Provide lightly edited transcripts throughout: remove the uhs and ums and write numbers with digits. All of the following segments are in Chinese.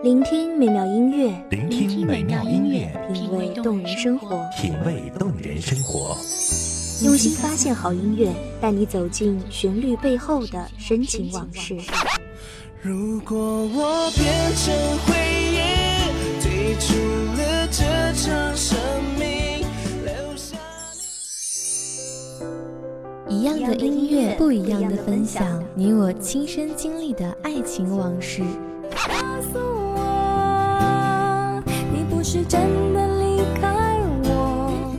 聆听美妙音乐， 聆听美妙音乐， 品味动人生活， 品味动人生活。 用心发现好音乐，带你走进旋律背后的深情往事。 如果我变成回忆，退出了这场生命，留下一样的音乐，不一样的分享，你我亲身经历的爱情往事。 告诉我，你不是真的离开我。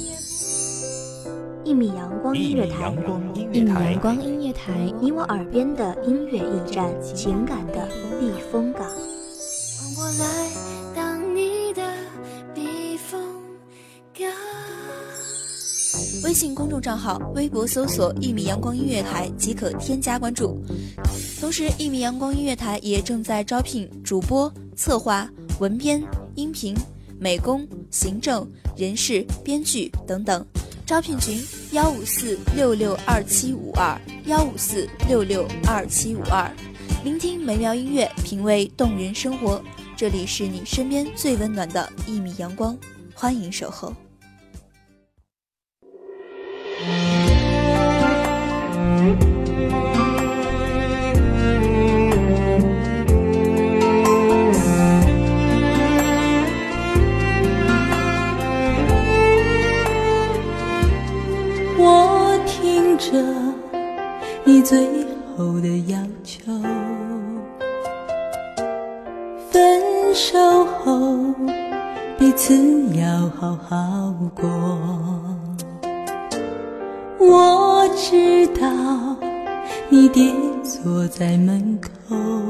一米阳光音乐台， 一米阳光音乐台， 你我耳边的音乐驿站，情感的避风港。 我来当你的避风港。 微信公众账号、微博搜索“一米阳光音乐台”即可添加关注。同时，一米阳光音乐台也正在招聘主播、策划、文编、音频、美工、行政、人事、编剧等等。招聘群154662752，154662752。聆听美妙音乐，品味动人生活。这里是你身边最温暖的一米阳光，欢迎守候。 我听着你最后的要求，分手后彼此要好好过。我知道你跌坐在门口，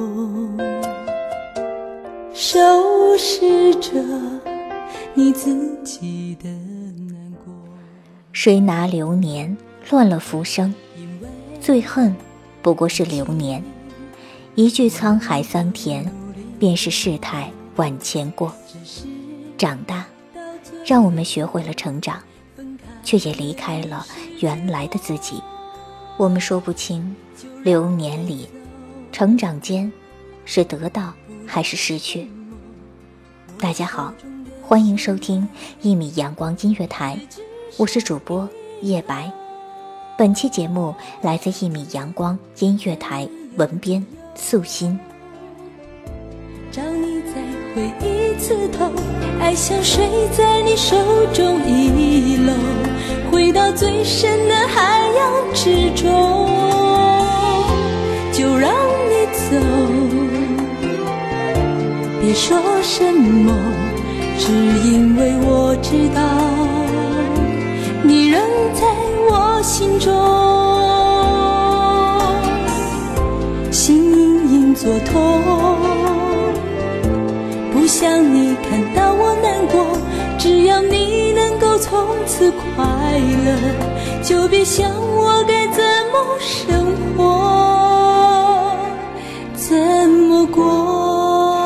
收拾着你自己的难过。 谁拿流年乱了浮生，最恨不过是流年。一句沧海桑田，便是世态万千过。长大让我们学会了成长，却也离开了原来的自己。我们说不清流年里成长间是得到还是失去。大家好，欢迎收听一米阳光音乐台，我是主播叶白。本期节目来自一米阳光音乐台，文编素心。 找你再回一次头，爱像水在你手中遗漏，回到最深的海洋之中，就让你走，别说什么，只因为我知道你仍在我心中。心隐隐作痛，不想你看到我难过，只要你能够从此快乐，就别想我该怎么生活，怎么过。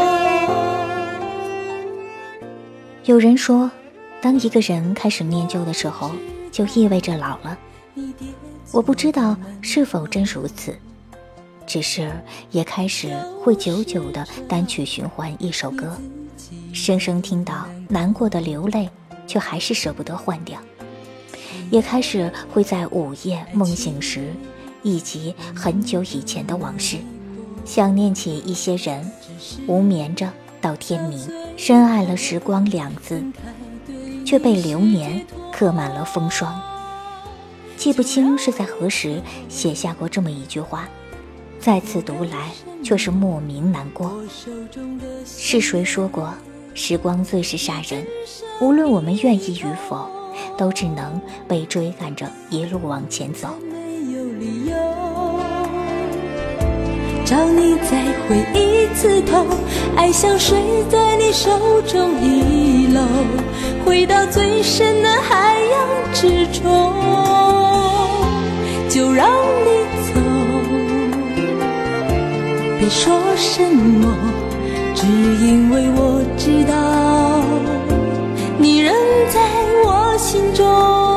有人说，当一个人开始念旧的时候，就意味着老了。我不知道是否真如此，只是也开始会久久的单曲循环一首歌，声声听到难过的流泪，却还是舍不得换掉。也开始会在午夜梦醒时忆及很久以前的往事，想念起一些人，无眠着到天明。深爱了时光2字，却被流年刻满了风霜。记不清是在何时写下过这么一句话，再次读来却是莫名难过。是谁说过时光最是杀人，无论我们愿意与否，都只能被追赶着一路往前走。 找你再回一次头，爱像水在你手中遗漏，回到最深的海洋之中，就让你走，别说什么，只因为我知道你仍在我心中。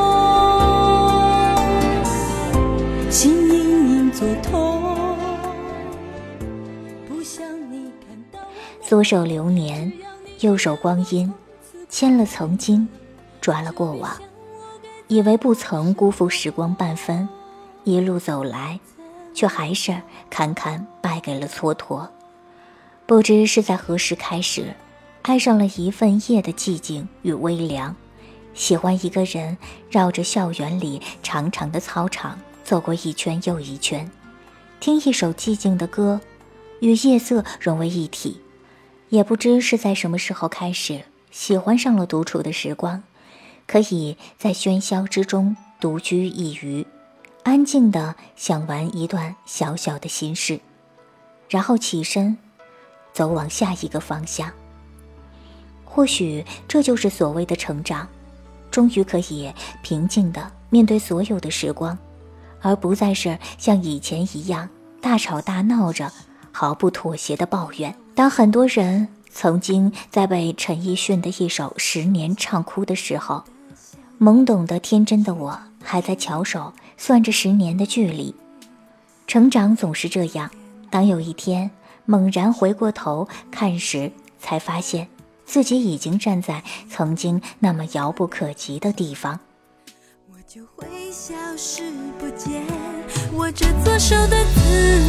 心隐隐作痛，不想你看到。 左手流年，右手光阴，牵了曾经，抓了过往，以为不曾辜负时光半分，一路走来，却还是堪堪败给了蹉跎。不知是在何时开始，爱上了一份夜的寂静与微凉，喜欢一个人绕着校园里长长的操场走过一圈又一圈，听一首寂静的歌，与夜色融为一体。也不知是在什么时候开始，喜欢上了独处的时光，可以在喧嚣之中独居一隅，安静地想完一段小小的心事，然后起身走往下一个方向。或许这就是所谓的成长，终于可以平静地面对所有的时光，而不再是像以前一样大吵大闹着毫不妥协的抱怨。当很多人曾经在被陈奕迅的一首《10年》唱哭的时候，懵懂的天真的我还在巧手算着10年的距离。成长总是这样，当有一天猛然回过头看时，才发现自己已经站在曾经那么遥不可及的地方。 我就会消失不见，握着左手的自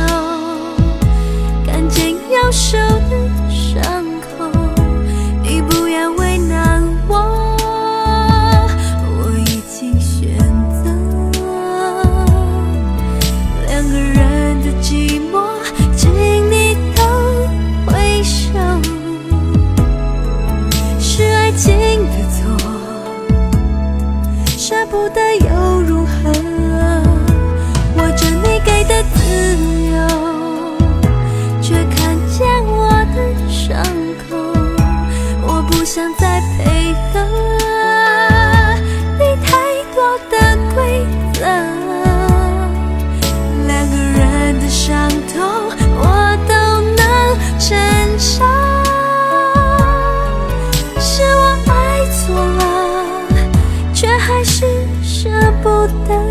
由，看见右手的伤口，你不要为难我，我已经选择两个人的寂寞，请你都回首，是爱情的错，舍不得又如何，握着你给的自由，却看见我的伤口，我不想再配合你太多的规则，两个人的伤痛我都能承受，是我爱错了，却还是舍不得。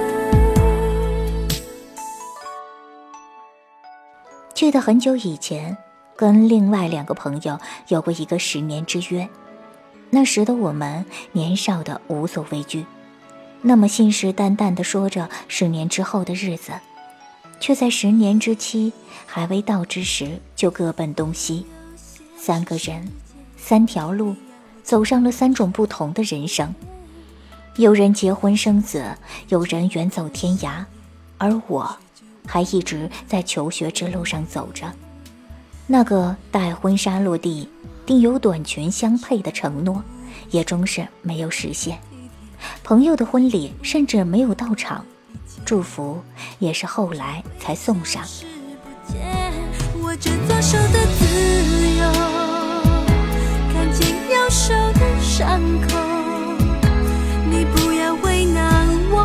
记得很久以前跟另外2个朋友有过一个10年之约，那时的我们年少的无所畏惧，那么信誓旦旦地说着10年之后的日子，却在10年之期还未到之时就各奔东西。3个人3条路，走上了3种不同的人生，有人结婚生子，有人远走天涯，而我还一直在求学之路上走着。那个待婚纱落地定有短裙相配的承诺，也终是没有实现。朋友的婚礼甚至没有到场，祝福也是后来才送上。 握着左手的自由，看见右手的伤口，你不要为难我，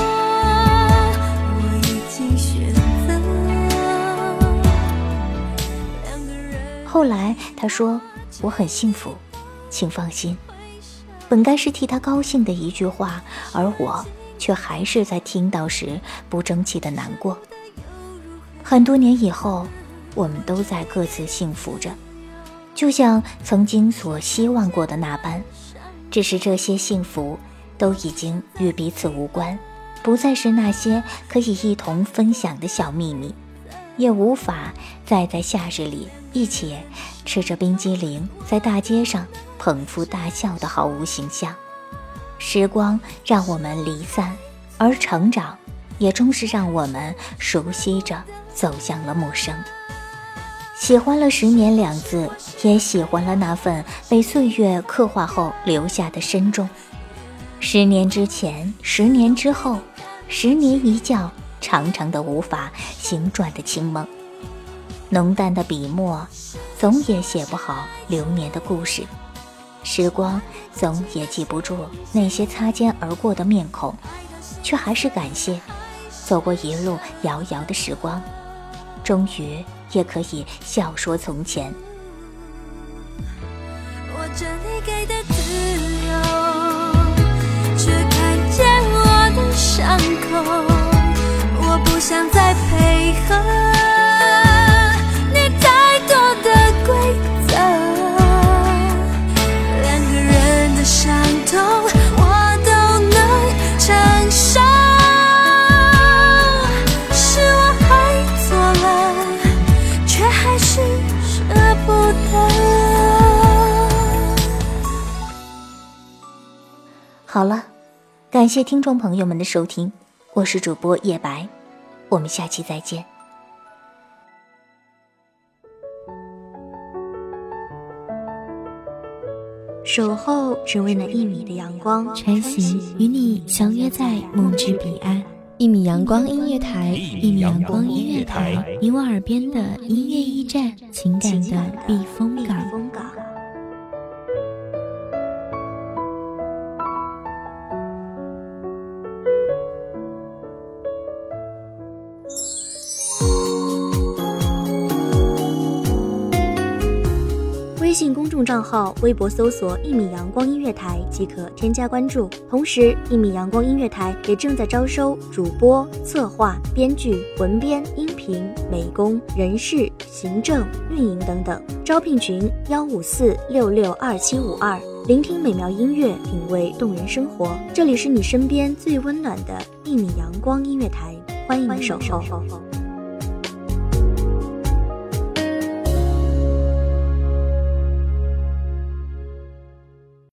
我已经选择两个人。 后来他说我很幸福，请放心。本该是替他高兴的一句话，而我却还是在听到时不争气的难过。很多年以后，我们都在各自幸福着，就像曾经所希望过的那般，只是这些幸福都已经与彼此无关，不再是那些可以一同分享的小秘密，也无法再在夏日里一起吃着冰激凌，在大街上捧腹大笑的毫无形象。时光让我们离散，而成长也终是让我们熟悉着走向了陌生。喜欢了10年2字，也喜欢了那份被岁月刻画后留下的深重。10年之前，10年之后，10年一觉，长长的无法行转的清梦。浓淡的笔墨总也写不好流年的故事，时光总也记不住那些擦肩而过的面孔，却还是感谢走过一路遥遥的时光，终于也可以笑说从前。 握着你给的自由，却看见我的伤口，我不想再配合你太多的规好了，感谢听众朋友们的收听，我是主播叶白，我们下期再见。 守候只为那1米的阳光， 穿行与你相约在梦之彼岸。1米阳光音乐台，1米阳光音乐台，你我耳边的音乐驿站，情感的避风港。 微信公众账号、微博搜索1米阳光音乐台即可添加关注。同时，1米阳光音乐台也正在招收主播、策划、编剧、文编、音频、美工、人事、行政、运营等等。招聘群154662752。聆听美妙音乐，品味动人生活。这里是你身边最温暖的1米阳光音乐台，欢迎你守候。